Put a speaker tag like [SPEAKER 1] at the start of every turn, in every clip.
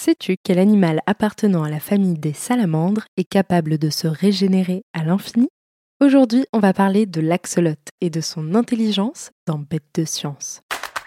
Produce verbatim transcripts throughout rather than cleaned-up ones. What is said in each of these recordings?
[SPEAKER 1] Sais-tu quel animal appartenant à la famille des salamandres est capable de se régénérer à l'infini ? Aujourd'hui, on va parler de l'axolote et de son intelligence dans Bête de science.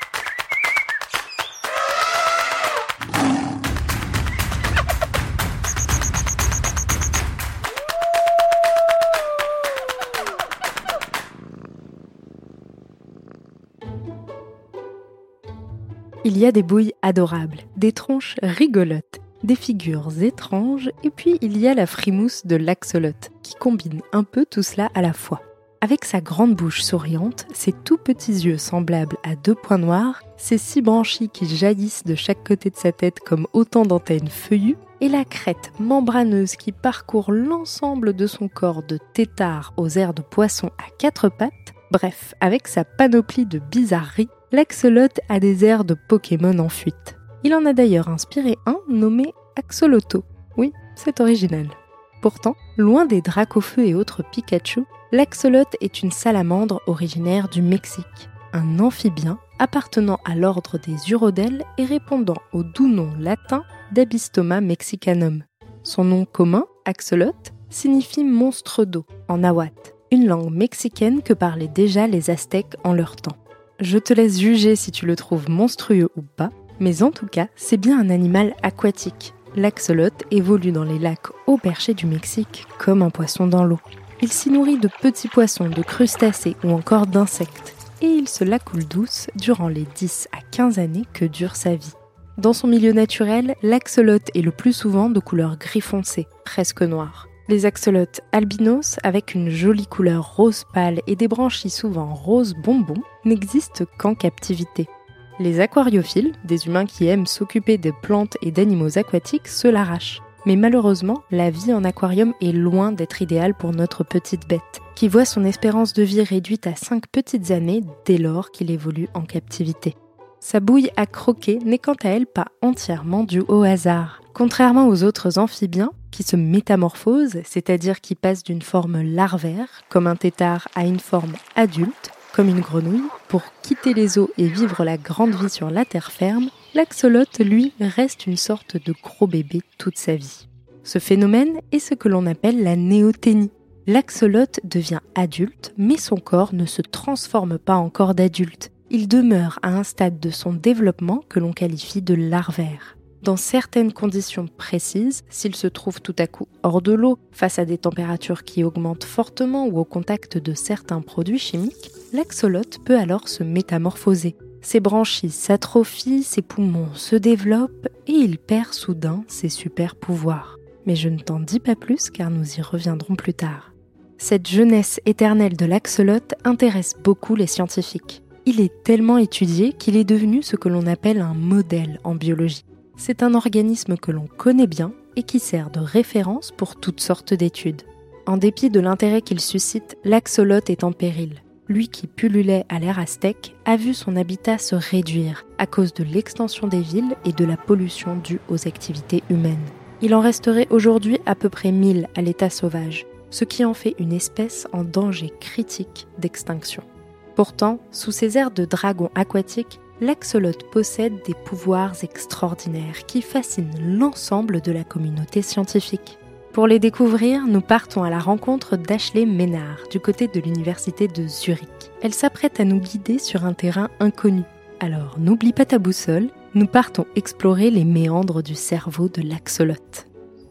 [SPEAKER 1] Il y a des bouilles adorables, des tronches rigolotes, des figures étranges, et puis il y a la frimousse de l'axolote, qui combine un peu tout cela à la fois. Avec sa grande bouche souriante, ses tout petits yeux semblables à deux points noirs, ses six branchies qui jaillissent de chaque côté de sa tête comme autant d'antennes feuillues, et la crête membraneuse qui parcourt l'ensemble de son corps de tétard aux airs de poisson à quatre pattes, bref, avec sa panoplie de bizarreries, l'axolote a des airs de Pokémon en fuite. Il en a d'ailleurs inspiré un nommé Axoloto. Oui, c'est original. Pourtant, loin des Dracofeu et autres Pikachu, l'axolote est une salamandre originaire du Mexique, un amphibien appartenant à l'ordre des urodèles et répondant au doux nom latin d'Abystoma mexicanum. Son nom commun, axolote, signifie monstre d'eau en nahuatl, une langue mexicaine que parlaient déjà les Aztèques en leur temps. Je te laisse juger si tu le trouves monstrueux ou pas, mais en tout cas, c'est bien un animal aquatique. L'axolote évolue dans les lacs haut perchés du Mexique comme un poisson dans l'eau. Il s'y nourrit de petits poissons, de crustacés ou encore d'insectes, et il se la coule douce durant les dix à quinze années que dure sa vie. Dans son milieu naturel, l'axolote est le plus souvent de couleur gris foncé, presque noir. Les axolotes albinos, avec une jolie couleur rose pâle et des branchies souvent rose bonbon, n'existent qu'en captivité. Les aquariophiles, des humains qui aiment s'occuper de plantes et d'animaux aquatiques, se l'arrachent. Mais malheureusement, la vie en aquarium est loin d'être idéale pour notre petite bête, qui voit son espérance de vie réduite à cinq petites années dès lors qu'il évolue en captivité. Sa bouille à croquer n'est quant à elle pas entièrement due au hasard. Contrairement aux autres amphibiens, qui se métamorphosent, c'est-à-dire qui passent d'une forme larvaire, comme un tétard, à une forme adulte, comme une grenouille, pour quitter les eaux et vivre la grande vie sur la terre ferme, l'axolote, lui, reste une sorte de gros bébé toute sa vie. Ce phénomène est ce que l'on appelle la néoténie. L'axolote devient adulte, mais son corps ne se transforme pas en corps d'adulte. Il demeure à un stade de son développement que l'on qualifie de larvaire. Dans certaines conditions précises, s'il se trouve tout à coup hors de l'eau, face à des températures qui augmentent fortement ou au contact de certains produits chimiques, l'axolote peut alors se métamorphoser. Ses branchies s'atrophient, ses poumons se développent et il perd soudain ses super pouvoirs. Mais je ne t'en dis pas plus car nous y reviendrons plus tard. Cette jeunesse éternelle de l'axolote intéresse beaucoup les scientifiques. Il est tellement étudié qu'il est devenu ce que l'on appelle un modèle en biologie. C'est un organisme que l'on connaît bien et qui sert de référence pour toutes sortes d'études. En dépit de l'intérêt qu'il suscite, l'axolote est en péril. Lui qui pullulait à l'ère aztèque a vu son habitat se réduire à cause de l'extension des villes et de la pollution due aux activités humaines. Il en resterait aujourd'hui à peu près mille à l'état sauvage, ce qui en fait une espèce en danger critique d'extinction. Pourtant, sous ses airs de dragon aquatique, l'axolote possède des pouvoirs extraordinaires qui fascinent l'ensemble de la communauté scientifique. Pour les découvrir, nous partons à la rencontre d'Ashley Ménard, du côté de l'université de Zurich. Elle s'apprête à nous guider sur un terrain inconnu. Alors, n'oublie pas ta boussole, nous partons explorer les méandres du cerveau de l'axolote.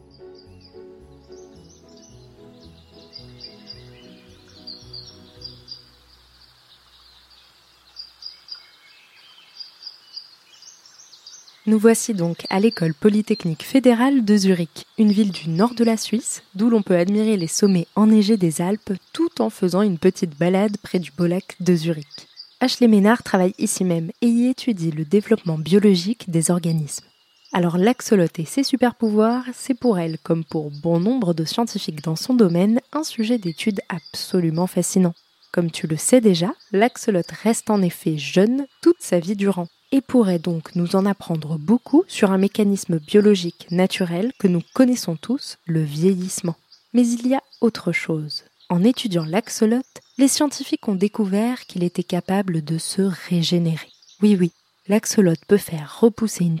[SPEAKER 1] Nous voici donc à l'école polytechnique fédérale de Zurich, une ville du nord de la Suisse, d'où l'on peut admirer les sommets enneigés des Alpes tout en faisant une petite balade près du beau lac de Zurich. Ashley Ménard travaille ici même et y étudie le développement biologique des organismes. Alors l'axolote et ses super-pouvoirs, c'est pour elle, comme pour bon nombre de scientifiques dans son domaine, un sujet d'étude absolument fascinant. Comme tu le sais déjà, l'axolote reste en effet jeune toute sa vie durant, et pourrait donc nous en apprendre beaucoup sur un mécanisme biologique naturel que nous connaissons tous, le vieillissement. Mais il y a autre chose. En étudiant l'axolote, les scientifiques ont découvert qu'il était capable de se régénérer. Oui, oui, l'axolote peut faire repousser une patte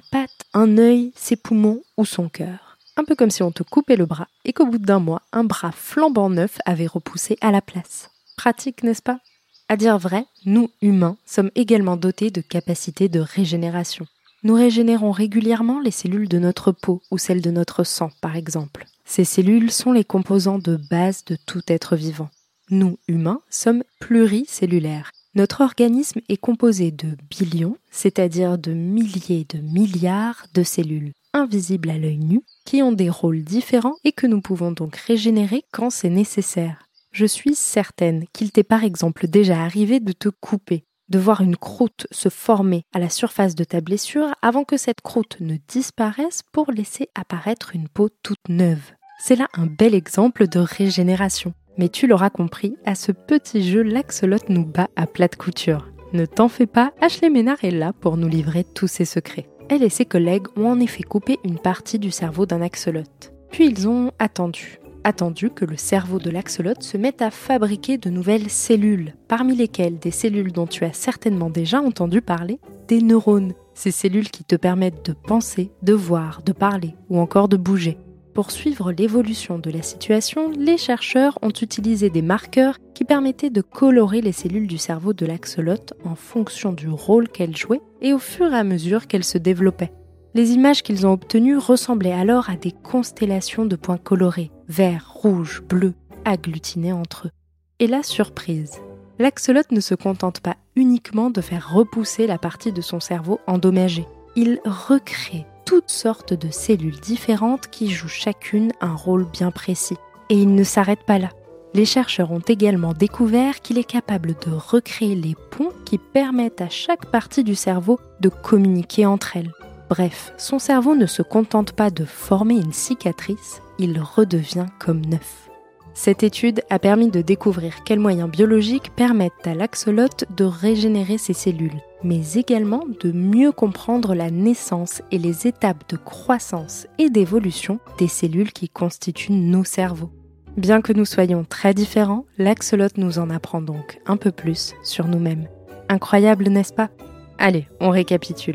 [SPEAKER 1] un œil, ses poumons ou son cœur. Un peu comme si on te coupait le bras et qu'au bout d'un mois, un bras flambant neuf avait repoussé à la place. Pratique, n'est-ce pas ? À dire vrai, nous, humains, sommes également dotés de capacités de régénération. Nous régénérons régulièrement les cellules de notre peau ou celles de notre sang, par exemple. Ces cellules sont les composants de base de tout être vivant. Nous, humains, sommes pluricellulaires. Notre organisme est composé de billions, c'est-à-dire de milliers de milliards de cellules invisibles à l'œil nu, qui ont des rôles différents et que nous pouvons donc régénérer quand c'est nécessaire. Je suis certaine qu'il t'est par exemple déjà arrivé de te couper, de voir une croûte se former à la surface de ta blessure avant que cette croûte ne disparaisse pour laisser apparaître une peau toute neuve. C'est là un bel exemple de régénération. Mais tu l'auras compris, à ce petit jeu, l'Axolot nous bat à plate couture. Ne t'en fais pas, Ashley Ménard est là pour nous livrer tous ses secrets. Elle et ses collègues ont en effet coupé une partie du cerveau d'un axolote. Puis ils ont attendu. Attendu que le cerveau de l'axolote se mette à fabriquer de nouvelles cellules, parmi lesquelles des cellules dont tu as certainement déjà entendu parler, des neurones. Ces cellules qui te permettent de penser, de voir, de parler ou encore de bouger. Pour suivre l'évolution de la situation, les chercheurs ont utilisé des marqueurs qui permettaient de colorer les cellules du cerveau de l'axolote en fonction du rôle qu'elles jouaient et au fur et à mesure qu'elles se développaient. Les images qu'ils ont obtenues ressemblaient alors à des constellations de points colorés, verts, rouges, bleus, agglutinés entre eux. Et la surprise, l'axolote ne se contente pas uniquement de faire repousser la partie de son cerveau endommagée. Il recrée toutes sortes de cellules différentes qui jouent chacune un rôle bien précis. Et il ne s'arrête pas là. Les chercheurs ont également découvert qu'il est capable de recréer les ponts qui permettent à chaque partie du cerveau de communiquer entre elles. Bref, son cerveau ne se contente pas de former une cicatrice, il redevient comme neuf. Cette étude a permis de découvrir quels moyens biologiques permettent à l'axolote de régénérer ses cellules, mais également de mieux comprendre la naissance et les étapes de croissance et d'évolution des cellules qui constituent nos cerveaux. Bien que nous soyons très différents, l'axolote nous en apprend donc un peu plus sur nous-mêmes. Incroyable, n'est-ce pas ? Allez, on récapitule.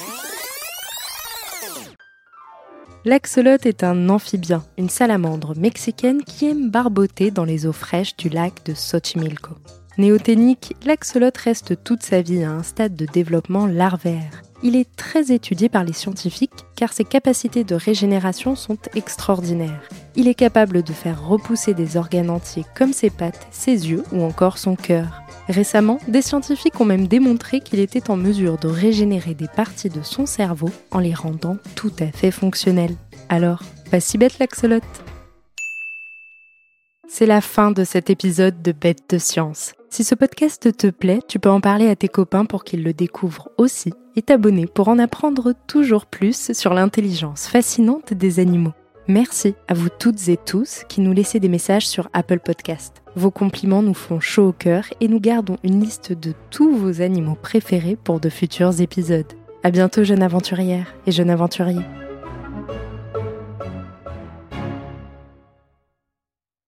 [SPEAKER 1] L'axolote est un amphibien, une salamandre mexicaine qui aime barboter dans les eaux fraîches du lac de Xochimilco. Néoténique, l'axolote reste toute sa vie à un stade de développement larvaire. Il est très étudié par les scientifiques car ses capacités de régénération sont extraordinaires. Il est capable de faire repousser des organes entiers comme ses pattes, ses yeux ou encore son cœur. Récemment, des scientifiques ont même démontré qu'il était en mesure de régénérer des parties de son cerveau en les rendant tout à fait fonctionnelles. Alors, pas si bête l'axolote. C'est la fin de cet épisode de Bête de Science. Si ce podcast te plaît, tu peux en parler à tes copains pour qu'ils le découvrent aussi et t'abonner pour en apprendre toujours plus sur l'intelligence fascinante des animaux. Merci à vous toutes et tous qui nous laissez des messages sur Apple Podcast. Vos compliments nous font chaud au cœur et nous gardons une liste de tous vos animaux préférés pour de futurs épisodes. À bientôt, jeune aventurière et jeune aventurier.